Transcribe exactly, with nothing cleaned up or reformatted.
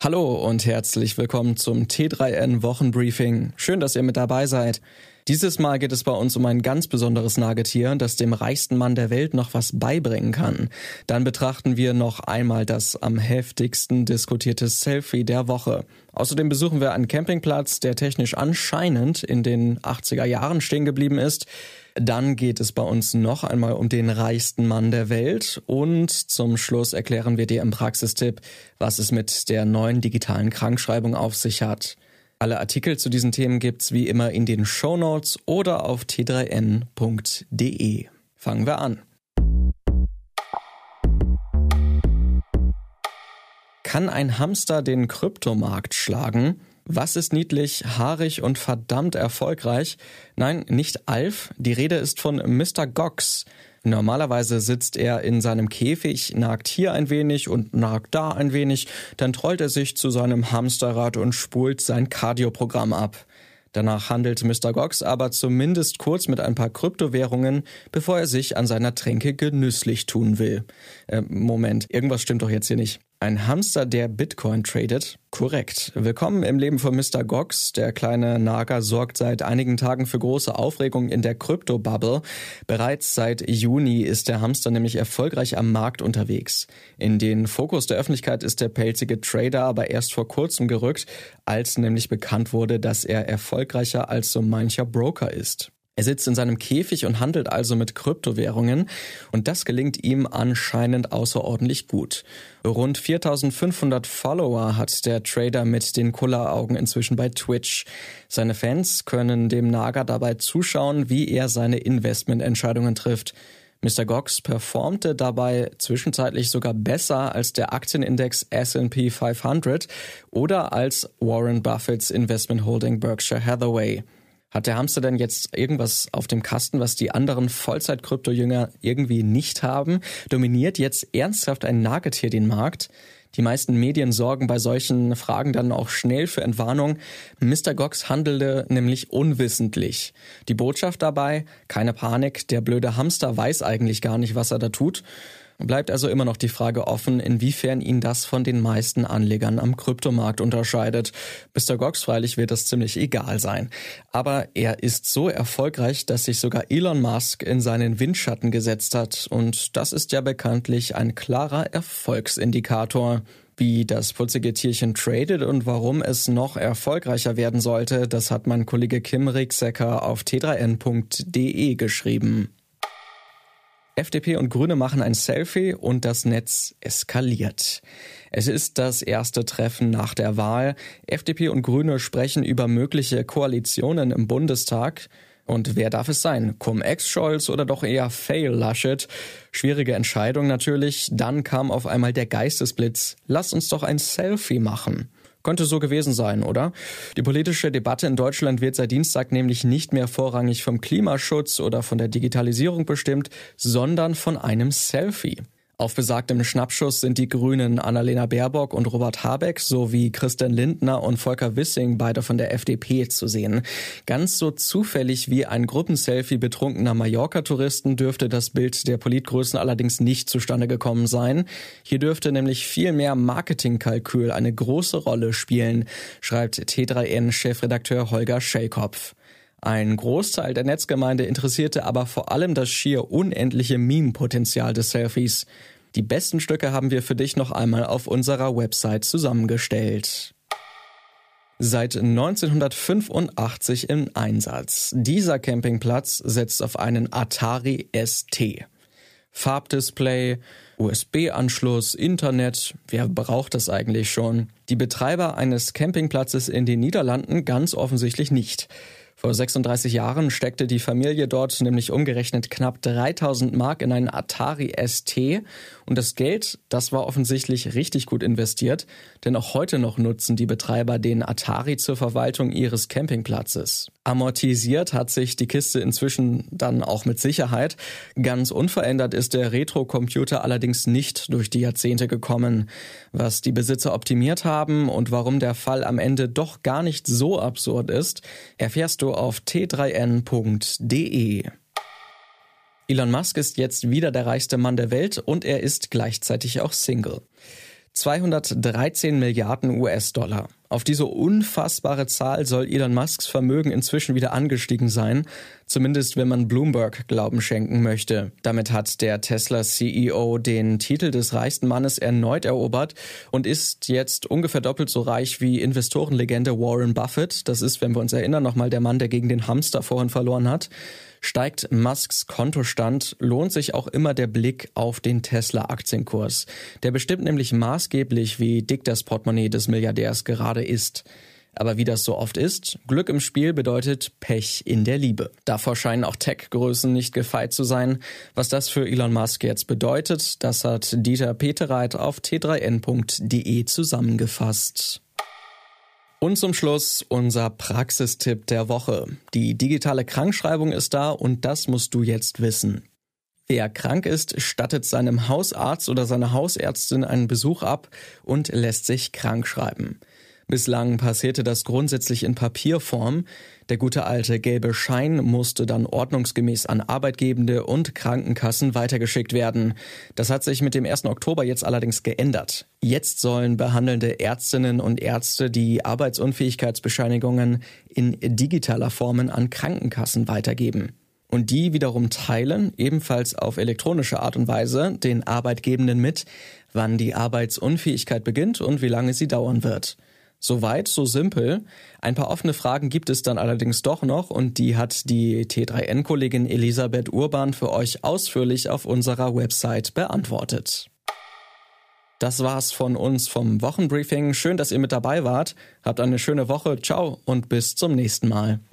Hallo und herzlich willkommen zum T drei N Wochenbriefing. Schön, dass ihr mit dabei seid. Dieses Mal geht es bei uns um ein ganz besonderes Nagetier, das dem reichsten Mann der Welt noch was beibringen kann. Dann betrachten wir noch einmal das am heftigsten diskutierte Selfie der Woche. Außerdem besuchen wir einen Campingplatz, der technisch anscheinend in den achtziger Jahren stehen geblieben ist. Dann geht es bei uns noch einmal um den reichsten Mann der Welt und zum Schluss erklären wir dir im Praxistipp, was es mit der neuen digitalen Krankschreibung auf sich hat. Alle Artikel zu diesen Themen gibt's wie immer in den Shownotes oder auf t drei n punkt d e. Fangen wir an. Kann ein Hamster den Kryptomarkt schlagen? Was ist niedlich, haarig und verdammt erfolgreich? Nein, nicht Alf, die Rede ist von Mister Gox. Normalerweise sitzt er in seinem Käfig, nagt hier ein wenig und nagt da ein wenig, dann trollt er sich zu seinem Hamsterrad und spult sein Cardio-Programm ab. Danach handelt Mister Gox aber zumindest kurz mit ein paar Kryptowährungen, bevor er sich an seiner Tränke genüsslich tun will. Äh, Moment, irgendwas stimmt doch jetzt hier nicht. Ein Hamster, der Bitcoin tradet? Korrekt. Willkommen im Leben von Mister Gox. Der kleine Nager sorgt seit einigen Tagen für große Aufregung in der Krypto-Bubble. Bereits seit Juni ist der Hamster nämlich erfolgreich am Markt unterwegs. In den Fokus der Öffentlichkeit ist der pelzige Trader aber erst vor kurzem gerückt, als nämlich bekannt wurde, dass er erfolgreicher als so mancher Broker ist. Er sitzt in seinem Käfig und handelt also mit Kryptowährungen und das gelingt ihm anscheinend außerordentlich gut. Rund viertausendfünfhundert Follower hat der Trader mit den Kulleraugen inzwischen bei Twitch. Seine Fans können dem Nager dabei zuschauen, wie er seine Investmententscheidungen trifft. Mister Gox performte dabei zwischenzeitlich sogar besser als der Aktienindex S and P fünfhundert oder als Warren Buffetts Investment Holding Berkshire Hathaway. Hat der Hamster denn jetzt irgendwas auf dem Kasten, was die anderen Vollzeit-Krypto-Jünger irgendwie nicht haben? Dominiert jetzt ernsthaft ein Nagetier den Markt? Die meisten Medien sorgen bei solchen Fragen dann auch schnell für Entwarnung. Mister Gox handelte nämlich unwissentlich. Die Botschaft dabei: keine Panik, der blöde Hamster weiß eigentlich gar nicht, was er da tut. Bleibt also immer noch die Frage offen, inwiefern ihn das von den meisten Anlegern am Kryptomarkt unterscheidet. Mister Gox freilich wird das ziemlich egal sein. Aber er ist so erfolgreich, dass sich sogar Elon Musk in seinen Windschatten gesetzt hat. Und das ist ja bekanntlich ein klarer Erfolgsindikator. Wie das putzige Tierchen tradet und warum es noch erfolgreicher werden sollte, das hat mein Kollege Kim Ricksecker auf t drei n punkt d e geschrieben. F D P und Grüne machen ein Selfie und das Netz eskaliert. Es ist das erste Treffen nach der Wahl. F D P und Grüne sprechen über mögliche Koalitionen im Bundestag. Und wer darf es sein? Cum-Ex-Scholz oder doch eher Fail-Laschet? Schwierige Entscheidung natürlich. Dann kam auf einmal der Geistesblitz. Lass uns doch ein Selfie machen. Könnte so gewesen sein, oder? Die politische Debatte in Deutschland wird seit Dienstag nämlich nicht mehr vorrangig vom Klimaschutz oder von der Digitalisierung bestimmt, sondern von einem Selfie. Auf besagtem Schnappschuss sind die Grünen Annalena Baerbock und Robert Habeck sowie Christian Lindner und Volker Wissing, beide von der F D P, zu sehen. Ganz so zufällig wie ein Gruppenselfie betrunkener Mallorca-Touristen dürfte das Bild der Politgrößen allerdings nicht zustande gekommen sein. Hier dürfte nämlich viel mehr Marketingkalkül eine große Rolle spielen, schreibt T drei N-Chefredakteur Holger Schellkopf. Ein Großteil der Netzgemeinde interessierte aber vor allem das schier unendliche Meme-Potenzial des Selfies. Die besten Stücke haben wir für dich noch einmal auf unserer Website zusammengestellt. Seit neunzehnhundertfünfundachtzig im Einsatz. Dieser Campingplatz setzt auf einen Atari S T. Farbdisplay, U S B-Anschluss, Internet, wer braucht das eigentlich schon? Die Betreiber eines Campingplatzes in den Niederlanden ganz offensichtlich nicht. Vor sechsunddreißig Jahren steckte die Familie dort nämlich umgerechnet knapp dreitausend Mark in einen Atari S T und das Geld, das war offensichtlich richtig gut investiert, denn auch heute noch nutzen die Betreiber den Atari zur Verwaltung ihres Campingplatzes. Amortisiert hat sich die Kiste inzwischen dann auch mit Sicherheit. Ganz unverändert ist der Retro-Computer allerdings nicht durch die Jahrzehnte gekommen. Was die Besitzer optimiert haben und warum der Fall am Ende doch gar nicht so absurd ist, erfährst du auf t drei n punkt d e. Elon Musk ist jetzt wieder der reichste Mann der Welt und er ist gleichzeitig auch Single. zweihundertdreizehn Milliarden U S-Dollar. Auf diese unfassbare Zahl soll Elon Musks Vermögen inzwischen wieder angestiegen sein, zumindest wenn man Bloomberg Glauben schenken möchte. Damit hat der Tesla-C E O den Titel des reichsten Mannes erneut erobert und ist jetzt ungefähr doppelt so reich wie Investorenlegende Warren Buffett. Das ist, wenn wir uns erinnern, nochmal der Mann, der gegen den Hamster vorhin verloren hat. Steigt Musks Kontostand, lohnt sich auch immer der Blick auf den Tesla-Aktienkurs. Der bestimmt nämlich maßgeblich, wie dick das Portemonnaie des Milliardärs gerade ist. Aber wie das so oft ist, Glück im Spiel bedeutet Pech in der Liebe. Davor scheinen auch Tech-Größen nicht gefeit zu sein. Was das für Elon Musk jetzt bedeutet, das hat Dieter Petereit auf t drei n punkt d e zusammengefasst. Und zum Schluss unser Praxistipp der Woche. Die digitale Krankschreibung ist da und das musst du jetzt wissen. Wer krank ist, stattet seinem Hausarzt oder seiner Hausärztin einen Besuch ab und lässt sich krank schreiben. Bislang passierte das grundsätzlich in Papierform. Der gute alte gelbe Schein musste dann ordnungsgemäß an Arbeitgebende und Krankenkassen weitergeschickt werden. Das hat sich mit dem ersten Oktober jetzt allerdings geändert. Jetzt sollen behandelnde Ärztinnen und Ärzte die Arbeitsunfähigkeitsbescheinigungen in digitaler Form an Krankenkassen weitergeben. Und die wiederum teilen, ebenfalls auf elektronische Art und Weise, den Arbeitgebenden mit, wann die Arbeitsunfähigkeit beginnt und wie lange sie dauern wird. Soweit, so simpel. Ein paar offene Fragen gibt es dann allerdings doch noch und die hat die T drei N-Kollegin Elisabeth Urban für euch ausführlich auf unserer Website beantwortet. Das war's von uns vom Wochenbriefing. Schön, dass ihr mit dabei wart. Habt eine schöne Woche. Ciao und bis zum nächsten Mal.